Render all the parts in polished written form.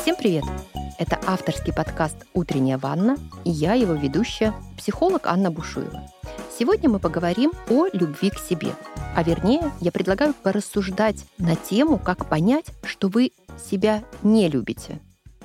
Всем привет! Это авторский подкаст «Утренняя ванна» и я, его ведущая, психолог Анна Бушуева. Сегодня мы поговорим о любви к себе. А вернее, я предлагаю порассуждать на тему, как понять, что вы себя не любите.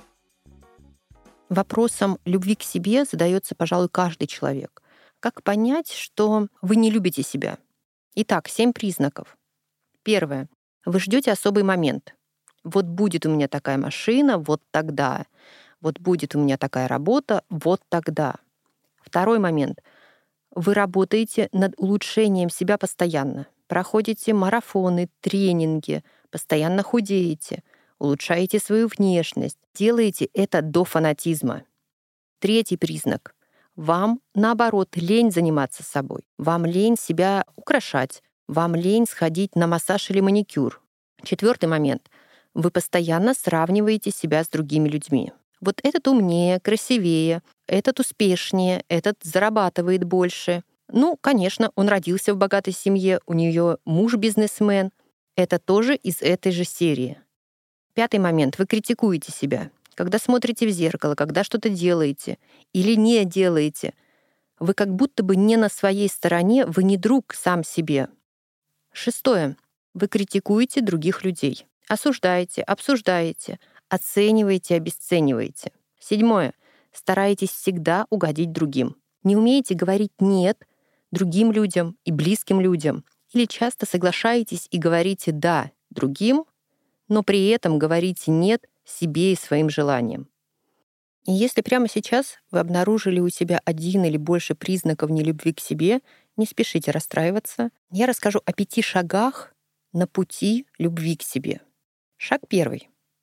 Вопросом любви к себе задается, пожалуй, каждый человек. Как понять, что вы не любите себя? Итак, 7 признаков. Первое. Вы ждете особый момент. Вот будет у меня такая машина, вот тогда. Вот будет у меня такая работа, вот тогда. Второй момент. Вы работаете над улучшением себя постоянно. Проходите марафоны, тренинги, постоянно худеете, улучшаете свою внешность, делаете это до фанатизма. Третий признак. Вам, наоборот, лень заниматься собой. Вам лень себя украшать. Вам лень сходить на массаж или маникюр. Четвертый момент. Вы постоянно сравниваете себя с другими людьми. Вот этот умнее, красивее, этот успешнее, этот зарабатывает больше. Ну, конечно, он родился в богатой семье, у нее муж бизнесмен. Это тоже из этой же серии. Пятый момент. Вы критикуете себя. Когда смотрите в зеркало, когда что-то делаете или не делаете, вы как будто бы не на своей стороне, вы не друг сам себе. Шестое. Вы критикуете других людей. Осуждаете, обсуждаете, оцениваете, обесцениваете. Седьмое. Стараетесь всегда угодить другим. Не умеете говорить «нет» другим людям и близким людям. Или часто соглашаетесь и говорите «да» другим, но при этом говорите «нет» себе и своим желаниям. И если прямо сейчас вы обнаружили у себя один или больше признаков нелюбви к себе, не спешите расстраиваться. Я расскажу о 5 шагах на пути любви к себе. Шаг 1.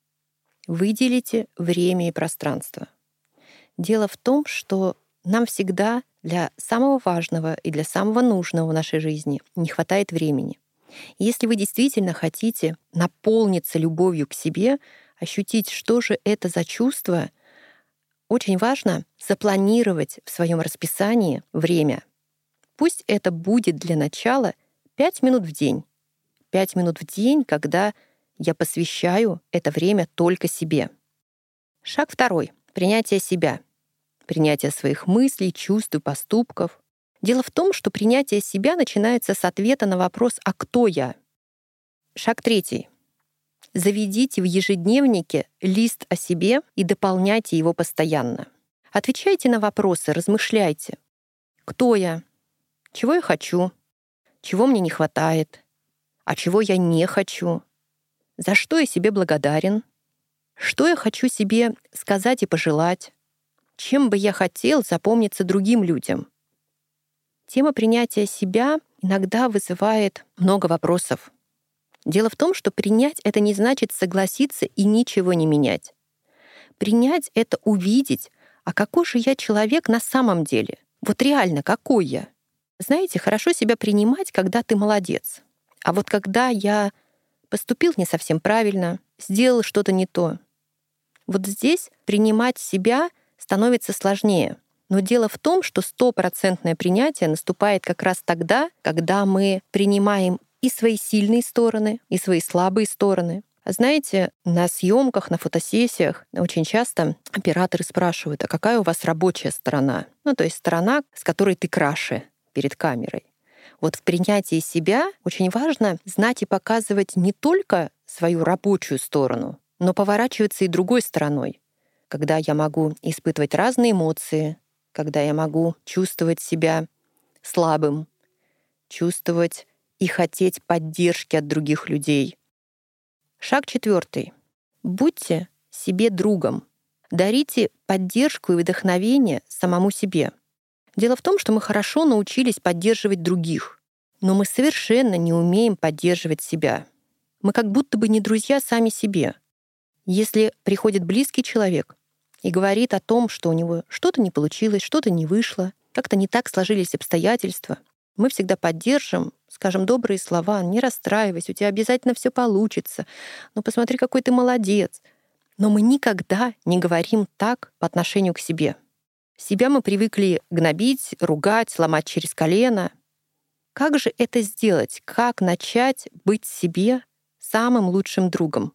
Выделите время и пространство. Дело в том, что нам всегда для самого важного и для самого нужного в нашей жизни не хватает времени. И если вы действительно хотите наполниться любовью к себе, ощутить, что же это за чувство, очень важно запланировать в своем расписании время. Пусть это будет для начала 5 минут в день. 5 минут в день, когда я посвящаю это время только себе. Шаг 2. Принятие себя. Принятие своих мыслей, чувств и поступков. Дело в том, что принятие себя начинается с ответа на вопрос «А кто я?». Шаг 3. Заведите в ежедневнике лист о себе и дополняйте его постоянно. Отвечайте на вопросы, размышляйте. Кто я? Чего я хочу? Чего мне не хватает? А чего я не хочу? За что я себе благодарен? Что я хочу себе сказать и пожелать? Чем бы я хотел запомниться другим людям? Тема принятия себя иногда вызывает много вопросов. Дело в том, что принять — это не значит согласиться и ничего не менять. Принять — это увидеть, а какой же я человек на самом деле? Вот реально, какой я? Знаете, хорошо себя принимать, когда ты молодец. А вот когда я поступил не совсем правильно, сделал что-то не то, вот здесь принимать себя становится сложнее. Но дело в том, что 100% принятие наступает как раз тогда, когда мы принимаем и свои сильные стороны, и свои слабые стороны. Знаете, на съемках, на фотосессиях очень часто операторы спрашивают, а какая у вас рабочая сторона? Ну, то есть сторона, с которой ты краше перед камерой. Вот в принятии себя очень важно знать и показывать не только свою рабочую сторону, но поворачиваться и другой стороной, когда я могу испытывать разные эмоции, когда я могу чувствовать себя слабым, чувствовать и хотеть поддержки от других людей. Шаг 4. Будьте себе другом. Дарите поддержку и вдохновение самому себе. Дело в том, что мы хорошо научились поддерживать других, но мы совершенно не умеем поддерживать себя. Мы как будто бы не друзья сами себе. Если приходит близкий человек и говорит о том, что у него что-то не получилось, что-то не вышло, как-то не так сложились обстоятельства, мы всегда поддержим, скажем добрые слова: «Не расстраивайся, у тебя обязательно все получится. Ну посмотри, какой ты молодец». Но мы никогда не говорим так по отношению к себе. Себя мы привыкли гнобить, ругать, ломать через колено. Как же это сделать? Как начать быть себе самым лучшим другом?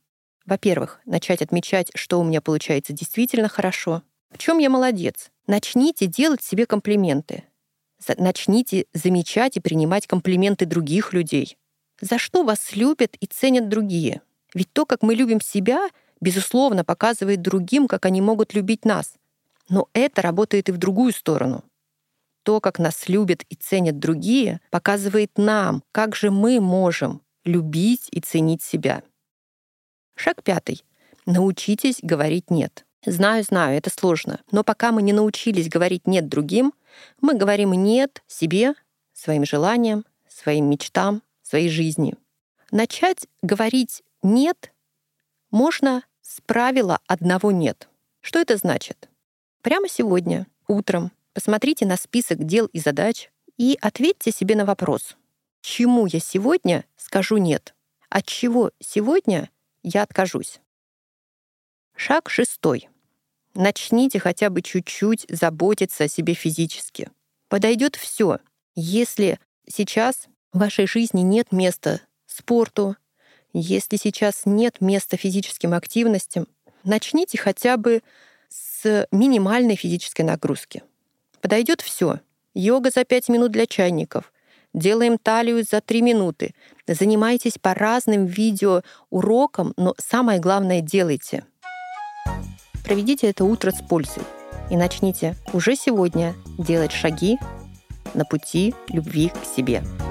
Во-первых, начать отмечать, что у меня получается действительно хорошо, в чем я молодец. Начните делать себе комплименты. Начните замечать и принимать комплименты других людей. За что вас любят и ценят другие? Ведь то, как мы любим себя, безусловно, показывает другим, как они могут любить нас. Но это работает и в другую сторону. То, как нас любят и ценят другие, показывает нам, как же мы можем любить и ценить себя. Шаг 5. Научитесь говорить «нет». Знаю, это сложно, но пока мы не научились говорить «нет» другим, мы говорим «нет» себе, своим желаниям, своим мечтам, своей жизни. Начать говорить «нет» можно с правила одного «нет». Что это значит? Прямо сегодня, утром, посмотрите на список дел и задач и ответьте себе на вопрос, чему я сегодня скажу «нет», от чего сегодня я откажусь. Шаг 6. Начните хотя бы чуть-чуть заботиться о себе физически. Подойдет все. Если сейчас в вашей жизни нет места спорту, если сейчас нет места физическим активностям, начните хотя бы с минимальной физической нагрузки. Подойдет все. Йога за 5 минут для чайников. Делаем талию за 3 минуты. Занимайтесь по разным видеоурокам, но самое главное — делайте. Проведите это утро с пользой и начните уже сегодня делать шаги на пути любви к себе.